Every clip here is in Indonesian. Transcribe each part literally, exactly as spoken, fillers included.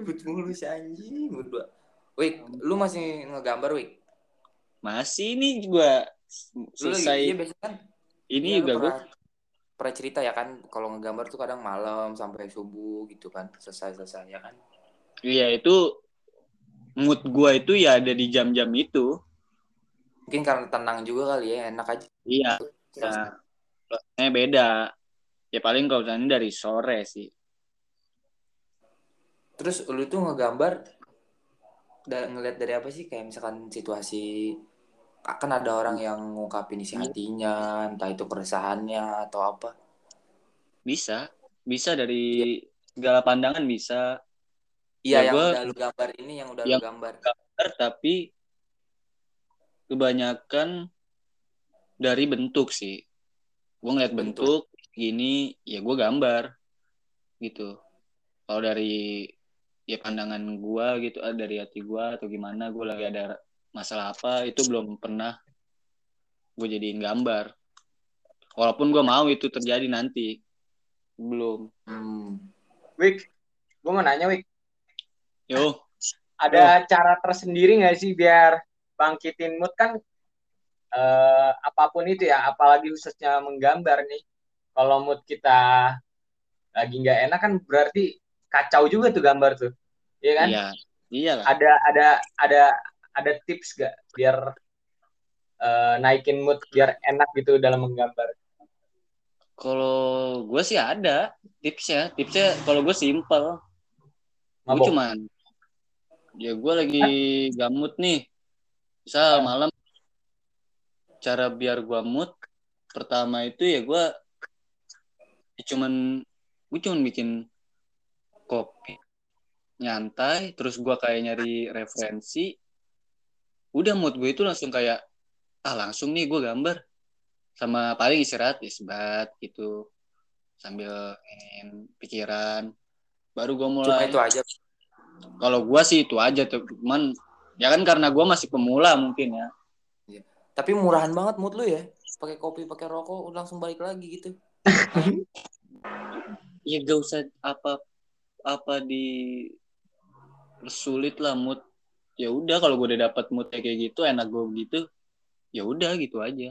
ribut mulu si anjing berdua. Wik, lu masih ngegambar, Wik? Masih nih gue selesai. Lu, iya biasa kan? Ini Iya lu juga gue. pernah pernah cerita ya kan kalau ngegambar tuh kadang malam sampai subuh gitu kan selesai-selesai ya kan? Iya itu mood gue itu ya ada di jam-jam itu. Mungkin karena tenang juga kali ya, enak aja. Iya. Ya, Selesai. rasanya beda. Ya paling kalau misalnya dari sore sih. Terus lu tuh ngegambar da- ngelihat dari apa sih? Kayak misalkan situasi, kan ada orang yang ngungkapin isi hatinya, entah itu keresahannya atau apa. Bisa, bisa dari Iya, segala pandangan bisa. iya Ya yang gue udah lu gambar ini yang udah lu yang gambar. gambar tapi kebanyakan dari bentuk sih. Gue ngeliat Bentuk. bentuk gini, ya gue gambar gitu. Kalau dari ya pandangan gue gitu, ah, dari hati gue atau gimana, gue lagi ada masalah apa, itu belum pernah gue jadiin gambar. Walaupun gue mau itu terjadi nanti, belum. Hmm. Wik, gue mau nanya Wik, Yo, ada yo. cara tersendiri nggak sih biar bangkitin mood kan eh, apapun itu ya, apalagi khususnya menggambar nih. Kalau mood kita lagi nggak enak kan berarti kacau juga tuh gambar tuh, iya kan? Iya, iyalah. Ada ada ada ada tips gak biar eh, naikin mood biar enak gitu dalam menggambar? Kalau gue sih ada tipsnya. Tipsnya kalau gue simple. Gue Mabok. cuman, ya gue lagi gamut nih. Misal Ah, malam, cara biar gue mood, pertama itu ya gue ya cuman, gue cuman bikin kopi, nyantai, terus gue kayak nyari referensi. Udah mood gue itu langsung kayak, ah langsung nih gue gambar. Sama paling istirahat, isbat gitu. Sambil ingin pikiran. Baru gue Cuma mulai. itu aja. Kalau gue sih itu aja tuh. Cuman ya kan karena gue masih pemula mungkin ya. Iya. Tapi murahan banget mood lu ya. Pakai kopi, pakai rokok, langsung balik lagi gitu. Hah? Ya gak usah apa apa di sulit lah mood. Ya udah kalau gue udah dapat mood kayak gitu, enak gue gitu. Ya udah gitu aja.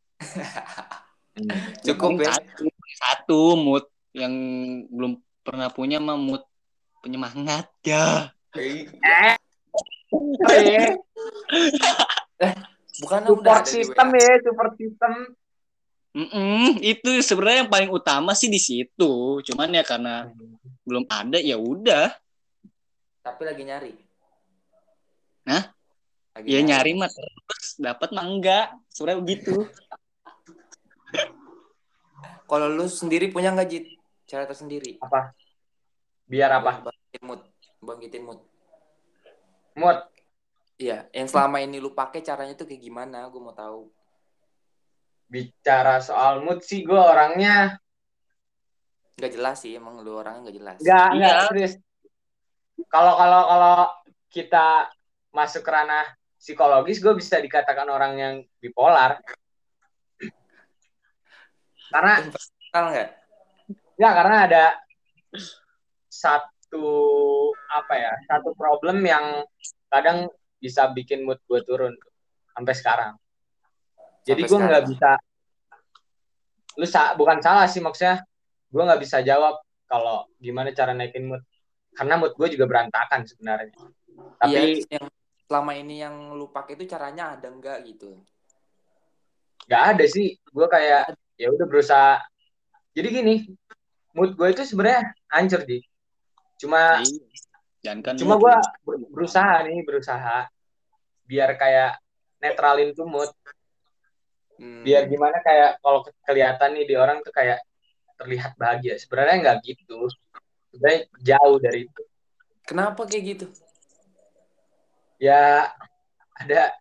Ya Cukup paling ya. satu, satu mood yang belum pernah punya mah mood penyemangat ya. Iya. oh iya, Eh, bukannya udah support ada di system W A. ya, support system. Mm-mm, itu sebenarnya yang paling utama sih di situ. Cuman ya karena belum ada ya udah. Tapi lagi nyari. Nah, Lagi ya nyari. nyari mah terus dapat mah enggak. Sebenarnya begitu. Kalau lu sendiri punya nggak, Jit? Cara tersendiri Apa? Biar buat apa? bangkitin mood. Bangkitin mood. Mood. Iya, yang selama ini lu pakai caranya tuh kayak gimana? Gue mau tahu. Bicara soal mood sih gue orangnya Nggak jelas sih, emang lu orangnya nggak jelas. nggak nggak Iya, serius. Kalau kalau kalau kita masuk ke ranah psikologis, gue bisa dikatakan orang yang bipolar. Karena Kenal nggak? ya karena ada satu apa ya, satu problem yang kadang bisa bikin mood gue turun sampai sekarang. Jadi Sampai gue nggak sekarang. bisa, lu sa- bukan salah sih maksudnya, gue nggak bisa jawab kalau gimana cara naikin mood. Karena mood gue juga berantakan sebenarnya. Iya, Tapi yang selama ini yang lu pakai itu caranya ada nggak gitu? nggak ada sih. Gue kayak Nggak ada. ya udah berusaha. Jadi gini, mood gue itu sebenarnya hancur sih. Cuma iya. Jangan kan cuma mood gue lu. berusaha nih, berusaha biar kayak netralin tuh mood. Biar Hmm. gimana kayak kalau ke- kelihatan nih di orang tuh kayak terlihat bahagia. Sebenarnya nggak gitu. Sebenarnya jauh dari itu. Kenapa kayak gitu? Ya ada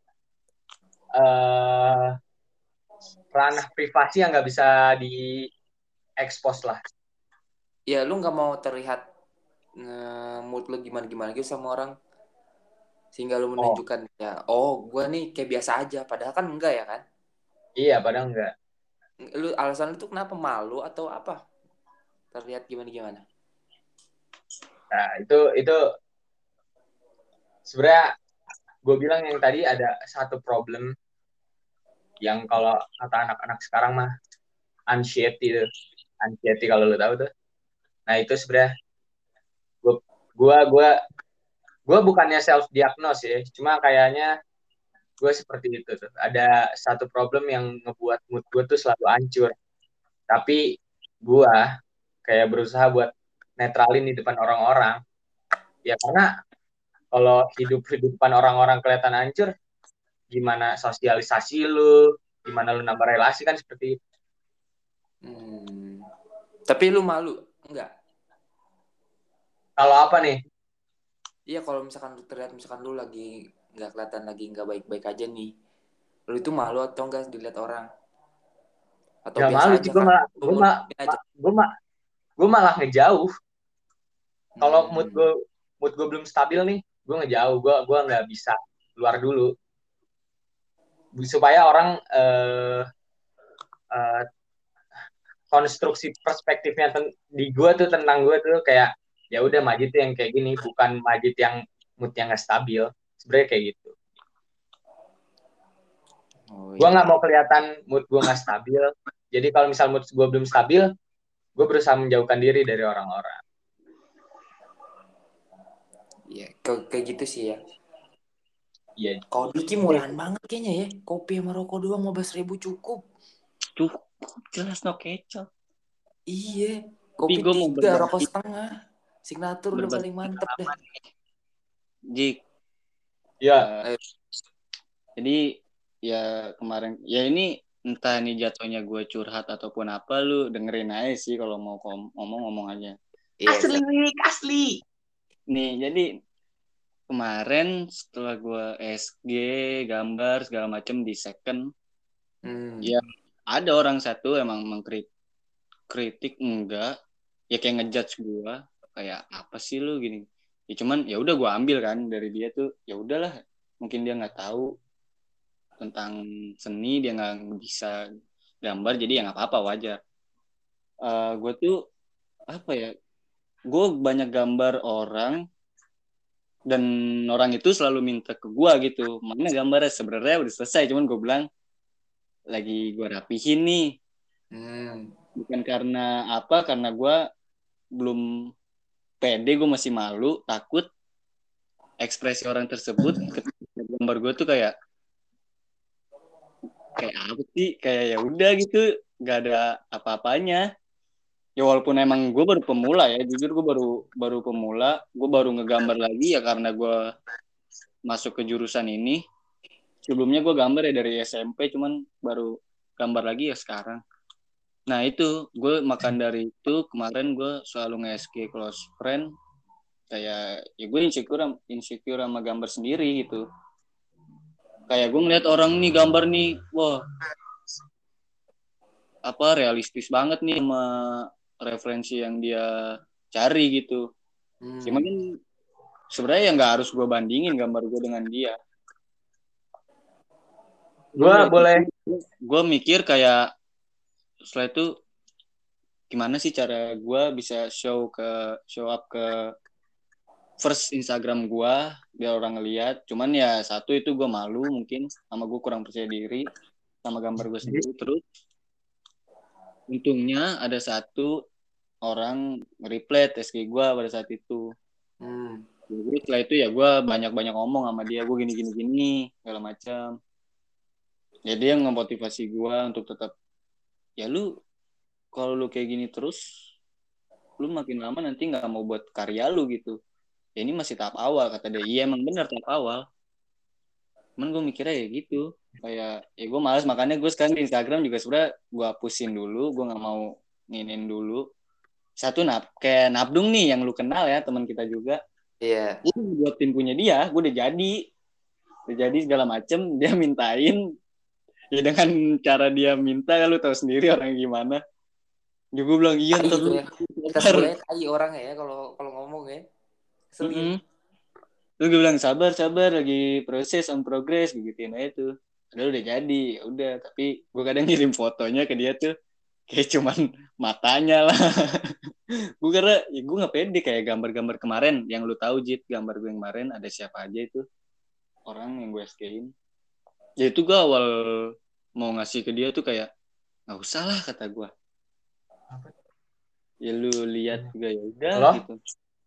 eh, ranah privasi yang nggak bisa diekspos lah. Ya lu nggak mau terlihat nge-mood lu gimana-gimana gitu sama orang sehingga lu Oh menunjukkan ya, oh gue nih kayak biasa aja. Padahal kan enggak ya kan? iya, padahal nggak. Lu alasan lu tuh kenapa malu atau apa? Terlihat gimana-gimana? Nah, itu itu sebenarnya gue bilang yang tadi ada satu problem yang kalau kata anak-anak sekarang mah anxiety itu. Anxiety kalau lu tahu tuh. Nah, itu sebenarnya gue gua gua gua bukannya self diagnose ya, cuma kayaknya gue seperti itu tuh. Ada satu problem yang ngebuat mood gue tuh selalu hancur. Tapi gue kayak berusaha buat netralin di depan orang-orang. Ya karena kalau hidup di depan orang-orang kelihatan hancur, gimana sosialisasi lu, gimana lu nambah relasi kan seperti itu. Hmm. Tapi lu malu enggak? Kalau apa nih? Iya, kalau misalkan lu terlihat misalkan lu lagi nggak kelihatan lagi nggak baik-baik aja nih, lu itu malu atau enggak dilihat orang? Atau Gak biasa malu aja sih, gue kan? malah Lu gue malah mulai aja. gue malah gue malah ngejauh. Kalau mood Hmm. gue mood gue belum stabil nih, gue ngejauh. Gue gue nggak bisa keluar dulu supaya orang eh, eh, konstruksi perspektifnya ten- di gue tuh tentang gue tuh kayak ya udah Majid tuh yang kayak gini, bukan Majid yang moodnya nggak stabil. Sebenarnya kayak gitu. Oh Gue nggak iya. mau kelihatan mood gue nggak stabil. Jadi kalau misal mood gue belum stabil, gue berusaha menjauhkan diri dari orang-orang. Iya, kayak kayak gitu sih ya. Iya. Kalau Diki murahan banget kayaknya ya. Kopi sama rokok doang lima belas ribu cukup. Cukup, jelas no kecap. Iya. Tapi Kopi gue mau tiga, rokok berbagi, setengah. Signatur udah berbagi paling mantep deh. Jik. Iya. Uh, jadi ya kemarin, ya ini entah ini jatuhnya gue curhat ataupun apa, lu dengerin aja sih kalau mau ngomong-ngomong aja. Iya, Asli, siap. asli. Nih, jadi kemarin setelah gue S G, gambar segala macem di second, Hmm. ya ada orang satu emang mengkritik enggak, ya kayak ngejudge gue, kayak apa sih lu gini. Ya cuman ya udah gue ambil kan dari dia tuh, ya udahlah, mungkin dia nggak tahu tentang seni, dia nggak bisa gambar, jadi ya nggak apa-apa, wajar. Uh, gue tuh apa ya, gue banyak gambar orang dan orang itu selalu minta ke gue gitu, mana gambarnya, sebenarnya udah selesai, cuman gue bilang lagi gue rapihin nih. Hmm. Bukan karena apa, karena gue belum pede, gue masih malu, takut ekspresi orang tersebut ketika gambar gue tuh kayak kayak apa sih, kayak ya udah gitu, nggak ada apa-apanya. Ya walaupun emang gue baru pemula ya, jujur gue baru baru pemula, gue baru ngegambar lagi ya karena gue masuk ke jurusan ini. Sebelumnya gue gambar ya dari S M P, cuman baru gambar lagi ya sekarang. Nah itu, gue makan dari itu, kemarin gue selalu nge-S G close friend, kayak ya gue insecure, insecure sama gambar sendiri gitu. Kayak gue ngeliat orang nih gambar nih, wah apa realistis banget nih sama referensi yang dia cari gitu. Hmm. Cuman kan sebenarnya ya nggak harus gue bandingin gambar gue dengan dia. Gue boleh. Gue mikir kayak setelah itu gimana sih cara gue bisa show ke show up ke first Instagram gue biar orang ngeliat. Cuman ya satu itu gue malu mungkin, sama gue kurang percaya diri sama gambar gue sendiri. Terus untungnya ada satu orang reply S G gue pada saat itu. Hmm. Jadi setelah itu ya gue banyak-banyak ngomong sama dia, gue gini-gini gini segala macam. Ya dia ngemotivasi gue untuk tetap, ya lu kalau lu kayak gini terus, lu makin lama nanti nggak mau buat karya lu gitu. Ya ini masih tahap awal, kata dia. Iya emang benar tahap awal. Cuman gue mikirnya ya gitu, kayak ya gue malas, makanya gue sekarang di Instagram juga sebenarnya gue hapusin dulu, gue nggak mau nginin dulu. Satu nap kayak Nabdung nih yang lu kenal ya, teman kita juga. Iya. Yeah. Itu buat tim punya dia, gue udah jadi, udah jadi segala macem, dia mintain. Ya dengan cara dia minta, lu tahu sendiri orangnya gimana. Ya gue bilang iya ntar lu. Ya. Kita sebutnya tai orangnya ya kalau kalau ngomong ya. Selin. Terus gue bilang sabar sabar lagi proses on progress gituin aja tuh. Udah udah jadi, udah. Tapi gue kadang ngirim fotonya ke dia tuh kayak cuman matanya lah. Gue karena ya gue nggak pede kayak gambar-gambar kemarin yang lu tahu Jit, gambar gue yang kemarin ada siapa aja itu orang yang gue S K-in. Ya itu gue awal mau ngasih ke dia tuh kayak nggak usah lah kata gue. Ya lu lihat juga ya udah Halo? gitu.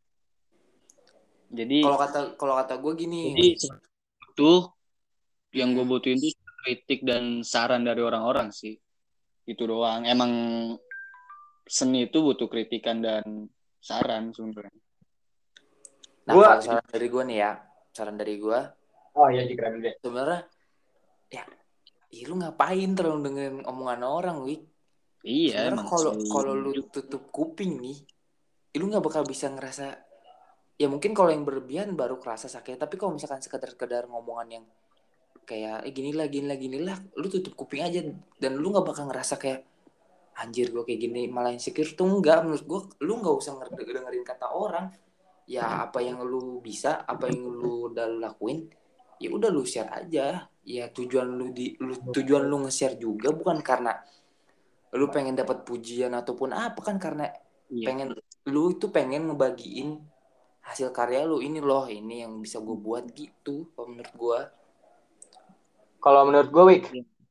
Jadi Kalau kata kalau kata gue gini, jadi itu yang gue butuhin tuh kritik dan saran dari orang-orang sih. Itu doang. Emang seni itu butuh kritikan dan saran sebenarnya. nah Gua- kalau saran dari gue nih ya, saran dari gue Oh iya Jikran deh. sebenarnya ya, ih, lu ngapain terlalu dengerin omongan orang, Wik? Iya, Sebenarnya emang kalau sih. kalau lu tutup kuping nih, ih, lu nggak bakal bisa ngerasa. Ya mungkin kalau yang berlebihan baru kerasa sakit, tapi kalau misalkan sekedar-sekedar ngomongan yang kayak eh, gini lah, gini lah, gini lah, lu tutup kuping aja dan lu nggak bakal ngerasa kayak anjir gue kayak gini malah insecure tuh enggak. Menurut gue lu nggak usah dengerin kata orang. Ya apa yang lu bisa, apa yang lu udah lu lakuin, ya udah lu share aja. Ya tujuan lu di lu, tujuan lu nge-share juga bukan karena lu pengen dapat pujian ataupun apa, kan karena Iya. pengen lu itu pengen ngebagiin hasil karya lu, ini loh ini yang bisa gue buat gitu kalau menurut gue. Kalau menurut gue, Wik,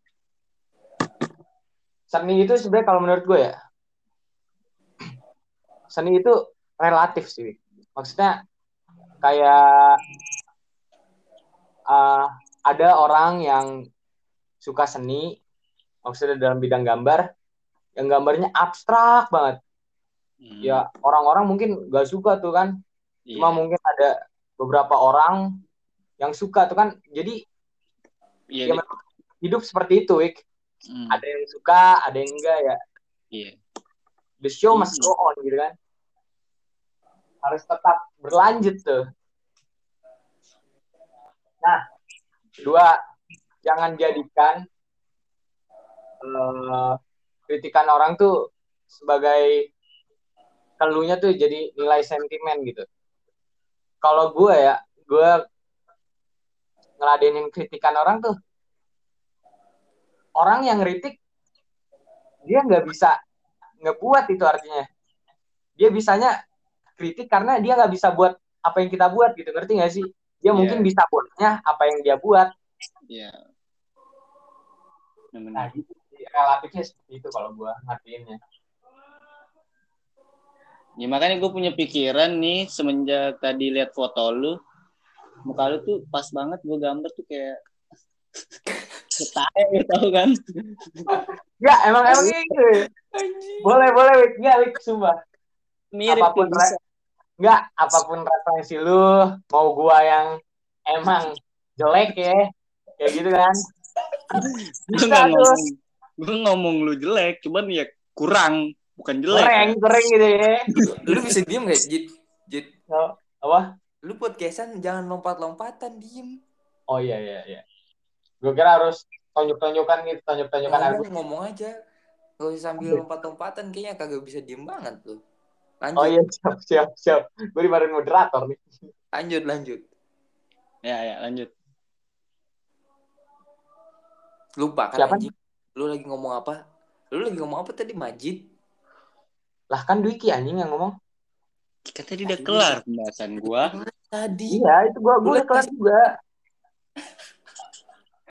seni itu sebenarnya kalau menurut gue ya, seni itu relatif sih, Wik. Maksudnya kayak uh, ada orang yang suka seni, maksudnya dalam bidang gambar, yang gambarnya abstrak banget. Hmm. Ya orang-orang mungkin gak suka tuh kan, cuma Iya. mungkin ada beberapa orang yang suka tuh kan. Jadi Iya. ya Di- hidup seperti itu, Wik. Hmm. Ada yang suka, ada yang enggak ya. Iya. The show Iya. must go on gitu kan. Harus tetap berlanjut tuh. Nah, kedua, jangan jadikan uh, kritikan orang tuh sebagai keluhnya tuh jadi nilai sentimen gitu. Kalau gue ya, gue ngeladenin kritikan orang tuh, orang yang kritik dia nggak bisa ngebuat, itu artinya dia bisanya kritik karena dia nggak bisa buat apa yang kita buat gitu, ngerti nggak sih? Dia Yeah. mungkin bisa buatnya apa yang dia buat. Iya. Nah gitu, relatifnya seperti itu kalau gue ngertiinnya. Ya makanya gue punya pikiran nih semenjak tadi lihat foto lu, muka lu tuh pas banget gue gambar tuh kayak ketahe gitu tau kan? Ya emang emang gitu. Boleh boleh Wik, nggak Wik, sumpah. Mirip Apapun tuh bisa. re- nggak apapun referensi lu, mau gua yang emang jelek ya, kayak gitu kan. Gue nggak ngomong, gue ngomong lu jelek, cuman ya kurang, bukan jelek. Goreng, Ya. goreng gitu ya. Lu bisa diem gak, Jit? Jit. So, apa? Lu podcastan jangan lompat-lompatan, diem. Oh iya iya iya. Gue kira harus tonjok-tonjokan gitu, tonjok-tonjokan Ngomong, argumen. ngomong aja. Gak usah sambil lompat-lompatan, kayaknya kagak bisa diem banget lu. Lanjut. Oh iya, siap siap siap. Gue dimarahin moderator nih. Lanjut, lanjut. Ya ya lanjut. Lupa kan Siapa? anjing. Lu lagi ngomong apa? Lu lagi ngomong apa tadi, Majid? Lah kan Dwiki anjing yang ngomong. Kita tadi udah kelar pembahasan gua. Tadi. Iya, itu gua Lu gua udah lagi kelar kasih, juga.